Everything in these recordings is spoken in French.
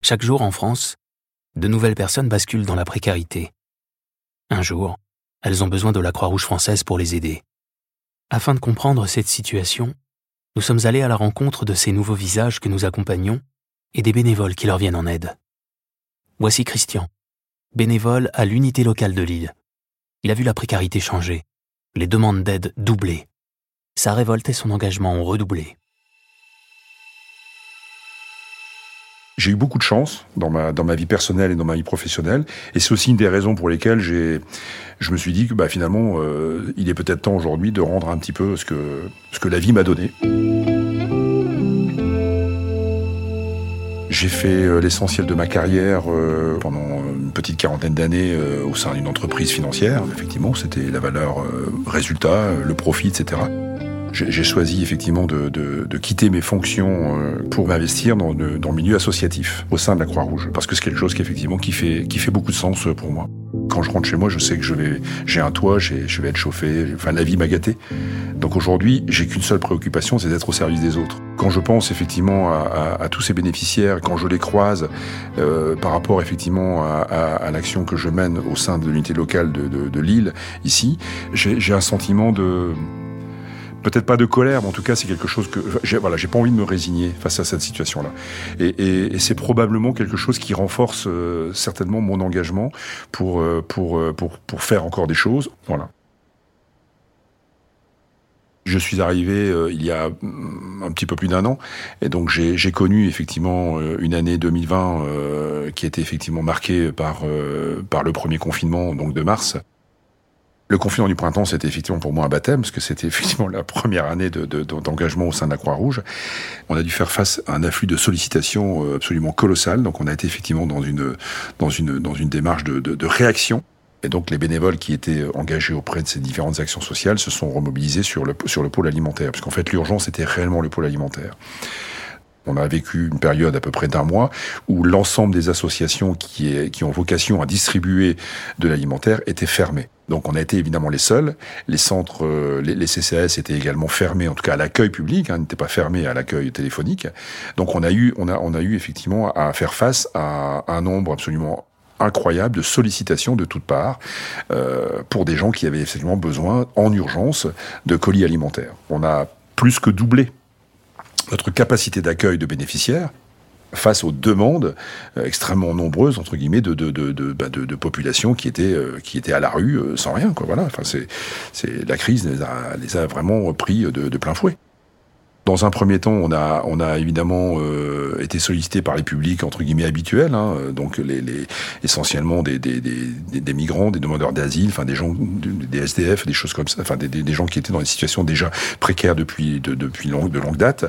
Chaque jour en France, de nouvelles personnes basculent dans la précarité. Un jour, elles ont besoin de la Croix-Rouge française pour les aider. Afin de comprendre cette situation, nous sommes allés à la rencontre de ces nouveaux visages que nous accompagnons et des bénévoles qui leur viennent en aide. Voici Christian, bénévole à l'unité locale de Lille. Il a vu la précarité changer, les demandes d'aide doubler. Sa révolte et son engagement ont redoublé. J'ai eu beaucoup de chance dans ma vie personnelle et dans ma vie professionnelle, et c'est aussi une des raisons pour lesquelles je me suis dit que finalement, il est peut-être temps aujourd'hui de rendre un petit peu ce que la vie m'a donné. J'ai fait l'essentiel de ma carrière pendant une petite quarantaine d'années au sein d'une entreprise financière. Effectivement, c'était la valeur résultat, le profit, etc. J'ai choisi effectivement de quitter mes fonctions pour m'investir dans le milieu associatif au sein de la Croix-Rouge, parce que c'est quelque chose qui fait beaucoup de sens pour moi. Quand je rentre chez moi, je sais que j'ai un toit, je vais être chauffé, la vie m'a gâté. Donc aujourd'hui, j'ai qu'une seule préoccupation, c'est d'être au service des autres. Quand je pense effectivement à tous ces bénéficiaires, quand je les croise par rapport effectivement à l'action que je mène au sein de l'unité locale de Lille, ici, j'ai un sentiment de... Peut-être pas de colère, mais en tout cas, c'est quelque chose que... j'ai pas envie de me résigner face à cette situation-là. Et c'est probablement quelque chose qui renforce certainement mon engagement pour faire encore des choses. Voilà. Je suis arrivé il y a un petit peu plus d'1 an, et donc j'ai connu effectivement une année 2020 qui était effectivement marquée par le premier confinement, donc de mars. Le confinement du printemps, c'était effectivement pour moi un baptême, parce que c'était effectivement la première année d'engagement au sein de la Croix-Rouge. On a dû faire face à un afflux de sollicitations absolument colossal, donc on a été effectivement dans une démarche de réaction. Et donc les bénévoles qui étaient engagés auprès de ces différentes actions sociales se sont remobilisés sur le pôle alimentaire, parce qu'en fait l'urgence était réellement le pôle alimentaire. On a vécu une période à peu près d'1 mois où l'ensemble des associations qui ont vocation à distribuer de l'alimentaire étaient fermées. Donc on a été évidemment les seuls. Les centres, les CCAS étaient également fermés, en tout cas à l'accueil public, n'étaient pas fermés à l'accueil téléphonique. Donc on a eu effectivement à faire face à un nombre absolument incroyable de sollicitations de toutes parts pour des gens qui avaient effectivement besoin en urgence de colis alimentaires. On a plus que doublé notre capacité d'accueil de bénéficiaires face aux demandes extrêmement nombreuses entre guillemets de populations qui étaient à la rue sans rien, quoi. Voilà. Enfin, c'est la crise les a vraiment pris de plein fouet. Dans un premier temps, on a évidemment été sollicité par les publics entre guillemets habituels, donc essentiellement des migrants, des demandeurs d'asile, des gens, des SDF, des choses comme ça, des gens qui étaient dans des situations déjà précaires depuis de longue date.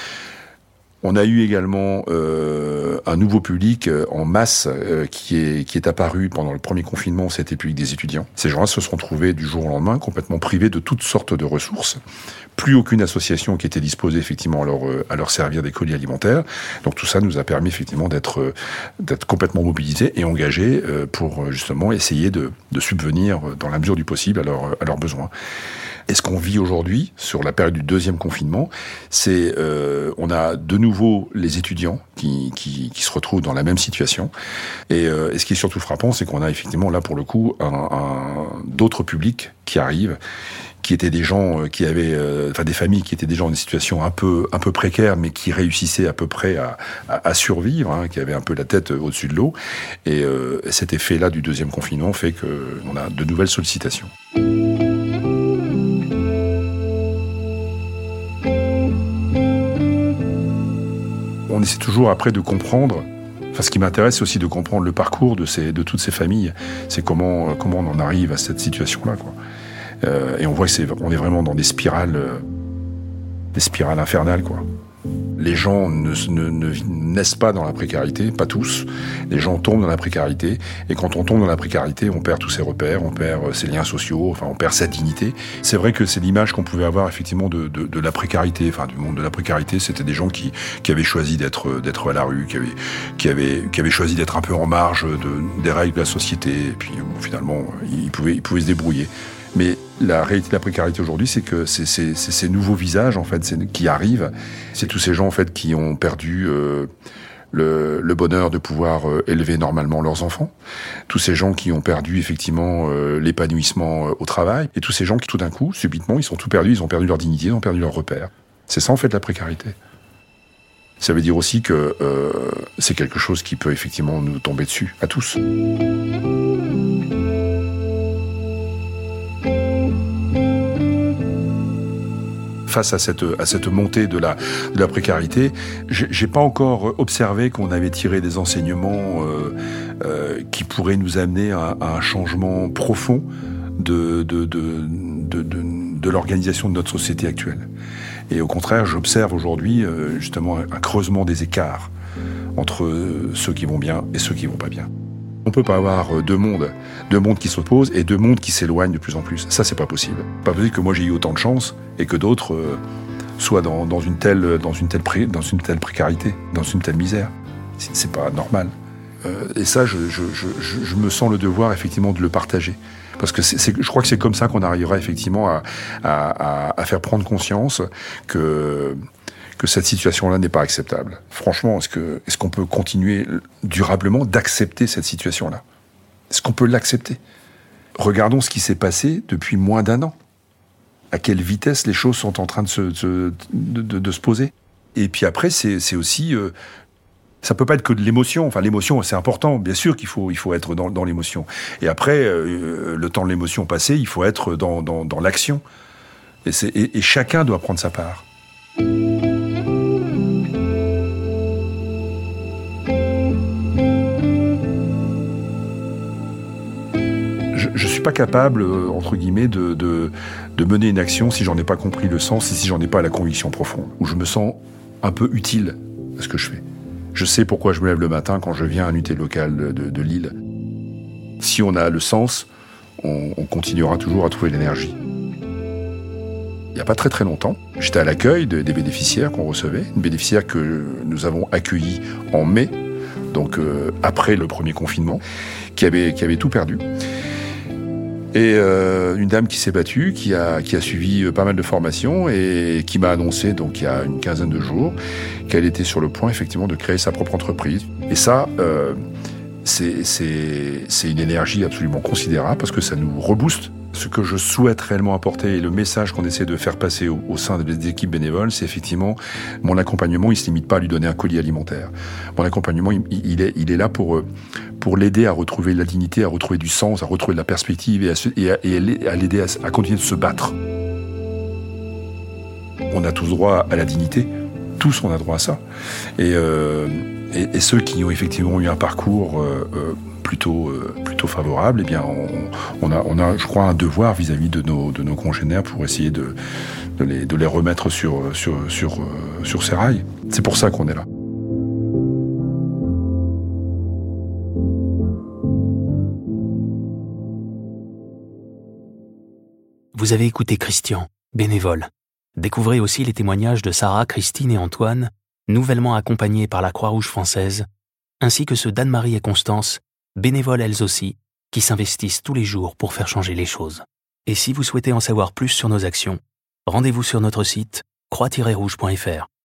On a eu également un nouveau public en masse qui est apparu pendant le premier confinement, c'était le public des étudiants. Ces gens-là se sont trouvés du jour au lendemain complètement privés de toutes sortes de ressources. Plus aucune association qui était disposée effectivement à leur servir des colis alimentaires. Donc tout ça nous a permis effectivement d'être complètement mobilisés et engagés pour justement essayer de subvenir dans la mesure du possible à leurs besoins. Et ce qu'on vit aujourd'hui, sur la période du deuxième confinement, c'est on a de nouveau les étudiants qui se retrouvent dans la même situation. Et ce qui est surtout frappant, c'est qu'on a effectivement là pour le coup d'autres publics qui arrivent, qui étaient des gens qui avaient, des familles qui étaient déjà dans une situation un peu précaire, mais qui réussissaient à peu près à survivre, qui avaient un peu la tête au-dessus de l'eau. Et cet effet-là du deuxième confinement fait qu'on a de nouvelles sollicitations. On essaie toujours après de comprendre. Ce qui m'intéresse, c'est aussi de comprendre le parcours de toutes ces familles. C'est comment on en arrive à cette situation-là, quoi. Et on voit qu'on est vraiment dans des spirales infernales, quoi. Les gens ne naissent pas dans la précarité, pas tous. Les gens tombent dans la précarité, et quand on tombe dans la précarité, on perd tous ses repères, on perd ses liens sociaux, on perd sa dignité. C'est vrai que c'est l'image qu'on pouvait avoir effectivement de la précarité, du monde de la précarité. C'était des gens qui avaient choisi d'être à la rue, qui avaient choisi d'être un peu en marge des règles de la société, et puis finalement ils pouvaient se débrouiller. Mais la réalité de la précarité aujourd'hui, c'est que c'est ces nouveaux visages en fait qui arrivent. C'est tous ces gens en fait qui ont perdu le bonheur de pouvoir élever normalement leurs enfants, tous ces gens qui ont perdu effectivement l'épanouissement au travail, et tous ces gens qui tout d'un coup, subitement, ils sont tout perdus, ils ont perdu leur dignité, ils ont perdu leur repère. C'est ça en fait la précarité. Ça veut dire aussi que c'est quelque chose qui peut effectivement nous tomber dessus, à tous. Face à cette montée de la précarité, j'ai pas encore observé qu'on avait tiré des enseignements qui pourraient nous amener à un changement profond de l'organisation de notre société actuelle. Et au contraire, j'observe aujourd'hui justement un creusement des écarts entre ceux qui vont bien et ceux qui vont pas bien. On peut pas avoir deux mondes qui s'opposent et deux mondes qui s'éloignent de plus en plus. Ça, c'est pas possible. Pas possible que moi j'ai eu autant de chance et que d'autres soient dans une telle précarité, dans une telle misère. C'est pas normal. Et ça, je me sens le devoir effectivement de le partager. Parce que je crois que c'est comme ça qu'on arrivera effectivement à faire prendre conscience que cette situation-là n'est pas acceptable. Franchement, est-ce qu'on peut continuer durablement d'accepter cette situation-là ? Est-ce qu'on peut l'accepter ? Regardons ce qui s'est passé depuis moins d'1 an. À quelle vitesse les choses sont en train de se poser. Et puis après, c'est aussi... ça peut pas être que de l'émotion. Enfin, l'émotion, c'est important. Bien sûr qu'il faut être dans l'émotion. Et après, le temps de l'émotion passé, il faut être dans l'action. Et chacun doit prendre sa part. Je suis pas capable, entre guillemets, de mener une action si j'en ai pas compris le sens et si j'en ai pas la conviction profonde. Où je me sens un peu utile à ce que je fais. Je sais pourquoi je me lève le matin quand je viens à l'unité locale de Lille. Si on a le sens, on continuera toujours à trouver l'énergie. Il n'y a pas très très longtemps, j'étais à l'accueil des bénéficiaires qu'on recevait, une bénéficiaire que nous avons accueillie en mai, donc après le premier confinement, qui avait tout perdu. Et une dame qui s'est battue, qui a suivi pas mal de formations et qui m'a annoncé, donc il y a une quinzaine de jours, qu'elle était sur le point effectivement de créer sa propre entreprise. Et ça, c'est une énergie absolument considérable parce que ça nous rebooste. Ce que je souhaite réellement apporter et le message qu'on essaie de faire passer au sein des équipes bénévoles, c'est effectivement mon accompagnement, il se limite pas à lui donner un colis alimentaire. Mon accompagnement, il est là pour l'aider à retrouver la dignité, à retrouver du sens, à retrouver de la perspective et à l'aider à continuer de se battre. On a tous droit à la dignité, tous on a droit à ça. Et ceux qui ont effectivement eu un parcours plutôt favorable, eh bien on a, je crois, un devoir vis-à-vis de nos congénères pour essayer de les remettre sur ces rails. C'est pour ça qu'on est là. Vous avez écouté Christian, bénévole. Découvrez aussi les témoignages de Sarah, Christine et Antoine, nouvellement accompagnés par la Croix-Rouge française, ainsi que ceux d'Anne-Marie et Constance, bénévoles elles aussi, qui s'investissent tous les jours pour faire changer les choses. Et si vous souhaitez en savoir plus sur nos actions, rendez-vous sur notre site croix-rouge.fr.